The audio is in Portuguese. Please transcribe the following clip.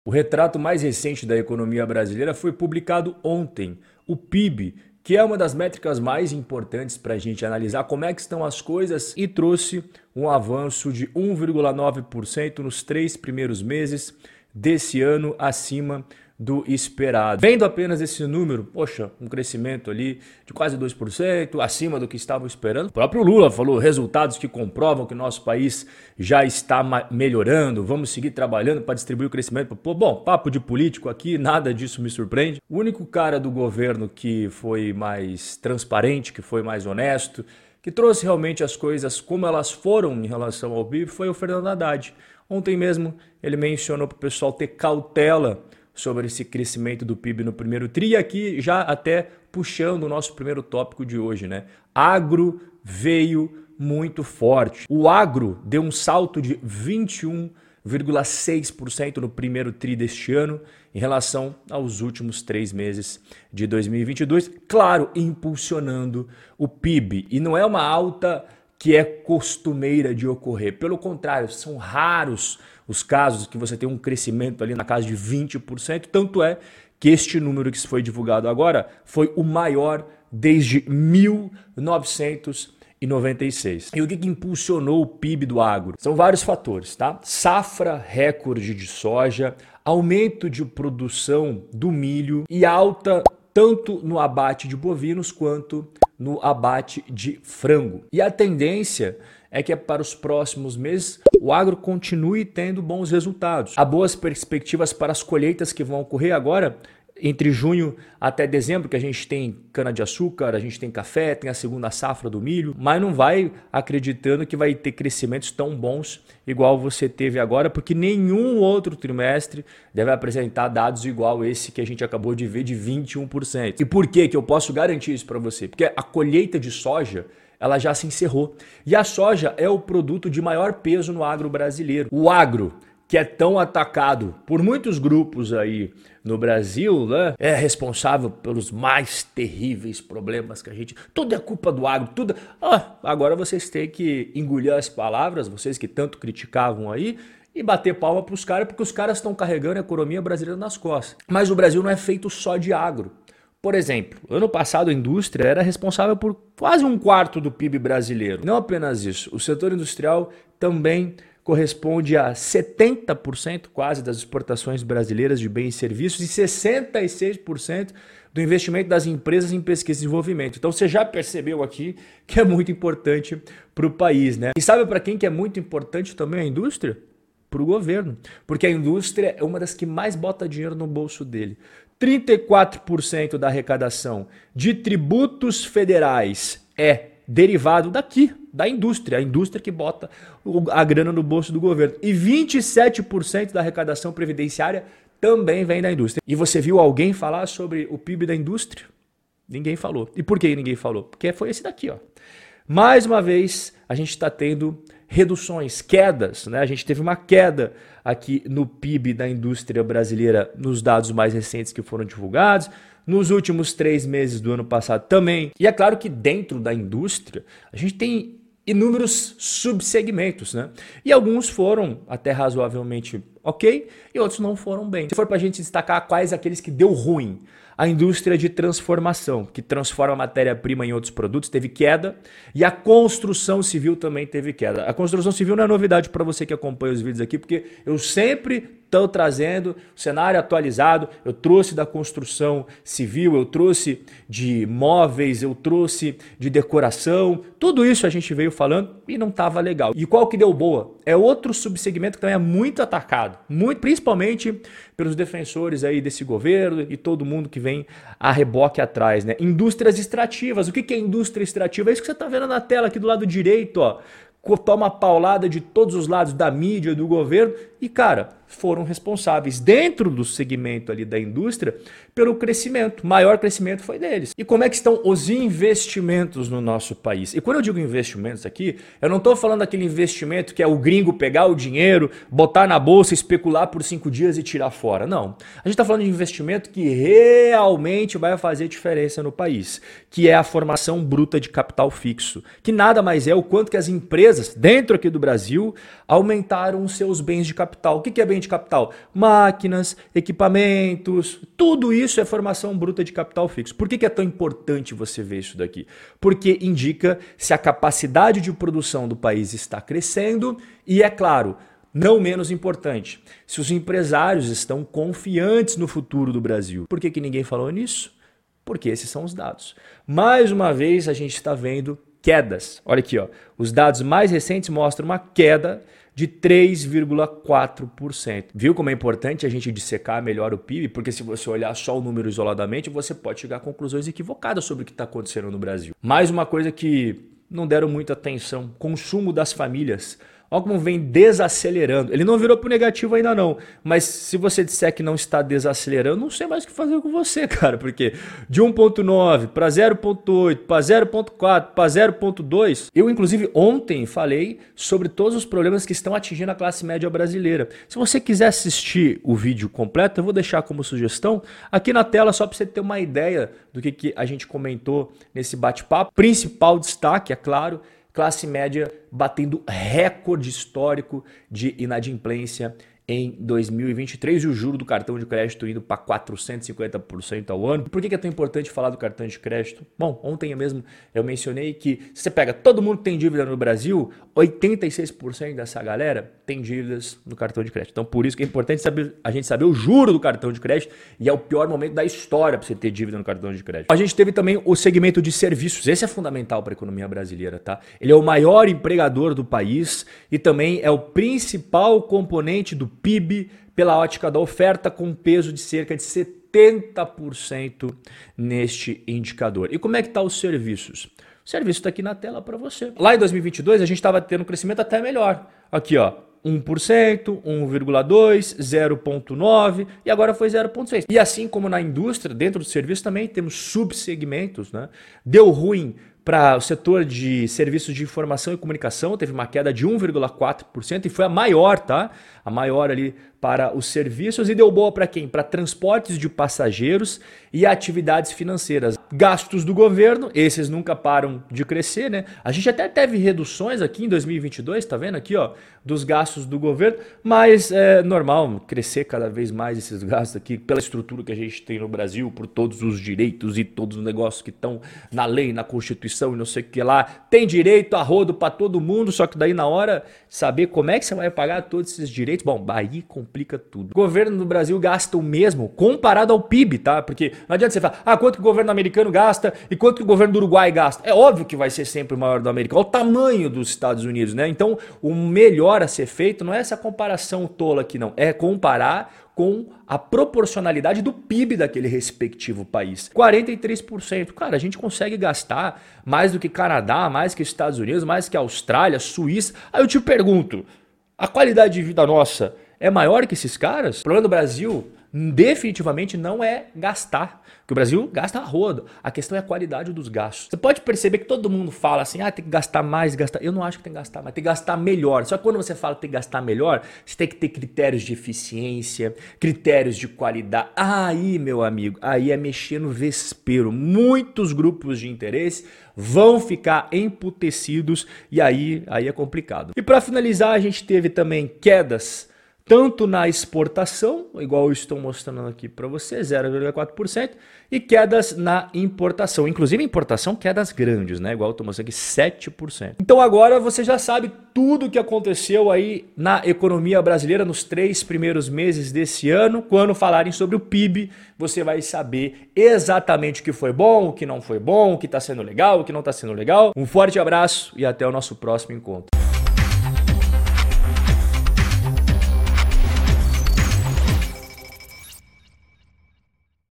O retrato mais recente da economia brasileira foi publicado ontem, o PIB, que é uma das métricas mais importantes para a gente analisar como é que estão as coisas, e trouxe um avanço de 1,9% nos 3 primeiros meses desse ano, acima do esperado. Vendo apenas esse número, poxa, um crescimento ali de quase 2%, acima do que estavam esperando. O próprio Lula falou resultados que comprovam que o nosso país já está melhorando, vamos seguir trabalhando para distribuir o crescimento. Bom, papo de político aqui, nada disso me surpreende. O único cara do governo que foi mais transparente, que foi mais honesto, que trouxe realmente as coisas como elas foram em relação ao PIB foi o Fernando Haddad. Ontem mesmo ele mencionou para o pessoal ter cautela sobre esse crescimento do PIB no primeiro tri, e aqui já até puxando o nosso primeiro tópico de hoje, né? Agro veio muito forte. O agro deu um salto de 21,6% no primeiro tri deste ano em relação aos últimos 3 meses de 2022, claro, impulsionando o PIB. E não é uma alta que é costumeira de ocorrer. Pelo contrário, são raros os casos que você tem um crescimento ali na casa de 20%, tanto é que este número que foi divulgado agora foi o maior desde 1996. E o que impulsionou o PIB do agro? São vários fatores, tá? Safra recorde de soja, aumento de produção do milho e alta tanto no abate de bovinos quanto no abate de frango. E a tendência é que para os próximos meses o agro continue tendo bons resultados. Há boas perspectivas para as colheitas que vão ocorrer agora entre junho até dezembro, que a gente tem cana-de-açúcar, a gente tem café, tem a segunda safra do milho, mas não vai acreditando que vai ter crescimentos tão bons igual você teve agora, porque nenhum outro trimestre deve apresentar dados igual esse que a gente acabou de ver de 21%. E por que eu posso garantir isso para você? Porque a colheita de soja ela já se encerrou. E a soja é o produto de maior peso no agro brasileiro. O agro, que é tão atacado por muitos grupos aí no Brasil, né, é responsável pelos mais terríveis problemas que a gente... Tudo é culpa do agro, tudo... agora vocês têm que engolir as palavras, vocês que tanto criticavam aí, e bater palma para os caras, porque os caras estão carregando a economia brasileira nas costas. Mas o Brasil não é feito só de agro. Por exemplo, ano passado a indústria era responsável por quase 1/4 do PIB brasileiro. Não apenas isso, o setor industrial também corresponde a 70% quase das exportações brasileiras de bens e serviços e 66% do investimento das empresas em pesquisa e desenvolvimento. Então você já percebeu aqui que é muito importante para o país, né? E sabe para quem que é muito importante também a indústria? Para o governo, porque a indústria é uma das que mais bota dinheiro no bolso dele. 34% da arrecadação de tributos federais é derivado daqui, da indústria, a indústria que bota a grana no bolso do governo. E 27% da arrecadação previdenciária também vem da indústria. E você viu alguém falar sobre o PIB da indústria? Ninguém falou. E por que ninguém falou? Porque foi esse daqui, ó. Mais uma vez, a gente está tendo reduções, quedas, né? A gente teve uma queda aqui no PIB da indústria brasileira nos dados mais recentes que foram divulgados, nos últimos 3 meses do ano passado também. E é claro que dentro da indústria a gente tem inúmeros subsegmentos, né? E alguns foram até razoavelmente ok e outros não foram bem. Se for para a gente destacar quais aqueles que deu ruim, a indústria de transformação, que transforma a matéria-prima em outros produtos, teve queda, e a construção civil também teve queda. A construção civil não é novidade para você que acompanha os vídeos aqui, porque eu sempre estou trazendo o cenário atualizado, eu trouxe da construção civil, eu trouxe de móveis, eu trouxe de decoração, tudo isso a gente veio falando e não estava legal. E qual que deu boa? É outro subsegmento que também é muito atacado, principalmente pelos defensores aí desse governo e todo mundo que vem a reboque atrás, né? Indústrias extrativas. O que é indústria extrativa? É isso que você está vendo na tela aqui do lado direito, ó. Toma paulada de todos os lados da mídia, do governo e, cara, foram responsáveis dentro do segmento ali da indústria pelo crescimento. O maior crescimento foi deles. E como é que estão os investimentos no nosso país? E quando eu digo investimentos aqui, eu não estou falando daquele investimento que é o gringo pegar o dinheiro, botar na bolsa, especular por 5 dias e tirar fora. Não. A gente está falando de investimento que realmente vai fazer diferença no país, que é a formação bruta de capital fixo, que nada mais é o quanto que as empresas dentro aqui do Brasil aumentaram os seus bens de capital. O que é bem tem de capital? Máquinas, equipamentos, tudo isso é formação bruta de capital fixo. Por que é tão importante você ver isso daqui? Porque indica se a capacidade de produção do país está crescendo e, é claro, não menos importante, se os empresários estão confiantes no futuro do Brasil. Por que ninguém falou nisso? Porque esses são os dados. Mais uma vez a gente está vendo quedas. Olha aqui, ó. Os dados mais recentes mostram uma queda de 3,4%. Viu como é importante a gente dissecar melhor o PIB? Porque se você olhar só o número isoladamente, você pode chegar a conclusões equivocadas sobre o que está acontecendo no Brasil. Mais uma coisa que não deram muita atenção, consumo das famílias. Olha como vem desacelerando. Ele não virou para o negativo ainda não, mas se você disser que não está desacelerando, não sei mais o que fazer com você, cara, porque de 1,9 para 0,8, para 0,4, para 0,2, eu inclusive ontem falei sobre todos os problemas que estão atingindo a classe média brasileira. Se você quiser assistir o vídeo completo, eu vou deixar como sugestão aqui na tela só para você ter uma ideia do que a gente comentou nesse bate-papo. Principal destaque, é claro, classe média batendo recorde histórico de inadimplência em 2023 e o juro do cartão de crédito indo para 450% ao ano. Por que é tão importante falar do cartão de crédito? Bom, ontem mesmo eu mencionei que se você pega todo mundo que tem dívida no Brasil, 86% dessa galera tem dívidas no cartão de crédito. Então por isso que é importante a gente saber o juro do cartão de crédito e é o pior momento da história para você ter dívida no cartão de crédito. A gente teve também o segmento de serviços. Esse é fundamental para a economia brasileira, tá? Ele é o maior empregador do país e também é o principal componente do PIB pela ótica da oferta, com um peso de cerca de 70% neste indicador. E como é que está os serviços? O serviço está aqui na tela para você. Lá em 2022 a gente estava tendo um crescimento até melhor. Aqui, ó, 1%, 1,2%, 0,9% e agora foi 0,6%. E assim como na indústria, dentro do serviço também temos subsegmentos, né? Deu ruim para o setor de serviços de informação e comunicação, teve uma queda de 1,4% e foi a maior, tá? A maior ali para os serviços e deu boa para quem? Para transportes de passageiros e atividades financeiras. Gastos do governo, esses nunca param de crescer, né? A gente até teve reduções aqui em 2022, tá vendo aqui, ó, dos gastos do governo, mas é normal crescer cada vez mais esses gastos aqui pela estrutura que a gente tem no Brasil, por todos os direitos e todos os negócios que estão na lei, na Constituição e não sei o que lá. Tem direito a rodo para todo mundo, só que daí na hora de saber como é que você vai pagar todos esses direitos, bom, aí complica tudo. O governo do Brasil gasta o mesmo comparado ao PIB, tá? Porque não adianta você falar, quanto que o governo americano gasta e quanto que o governo do Uruguai gasta. É óbvio que vai ser sempre o maior do americano. Olha o tamanho dos Estados Unidos, né? Então, o melhor a ser feito não é essa comparação tola aqui, não. É comparar com a proporcionalidade do PIB daquele respectivo país. 43%. Cara, a gente consegue gastar mais do que Canadá, mais que Estados Unidos, mais que Austrália, Suíça. Aí eu te pergunto, a qualidade de vida nossa é maior que esses caras? O problema do Brasil definitivamente não é gastar, porque o Brasil gasta a rodo. A questão é a qualidade dos gastos. Você pode perceber que todo mundo fala assim, tem que gastar mais, gastar. Eu não acho que tem que gastar mais, tem que gastar melhor. Só que quando você fala que tem que gastar melhor, você tem que ter critérios de eficiência, critérios de qualidade. Aí, meu amigo, aí é mexer no vespeiro. Muitos grupos de interesse vão ficar emputecidos e aí é complicado. E para finalizar, a gente teve também quedas tanto na exportação, igual eu estou mostrando aqui para você, 0,4%, e quedas na importação. Inclusive importação, quedas grandes, né? Igual eu estou mostrando aqui, 7%. Então agora você já sabe tudo o que aconteceu aí na economia brasileira nos 3 primeiros meses desse ano. Quando falarem sobre o PIB, você vai saber exatamente o que foi bom, o que não foi bom, o que está sendo legal, o que não está sendo legal. Um forte abraço e até o nosso próximo encontro.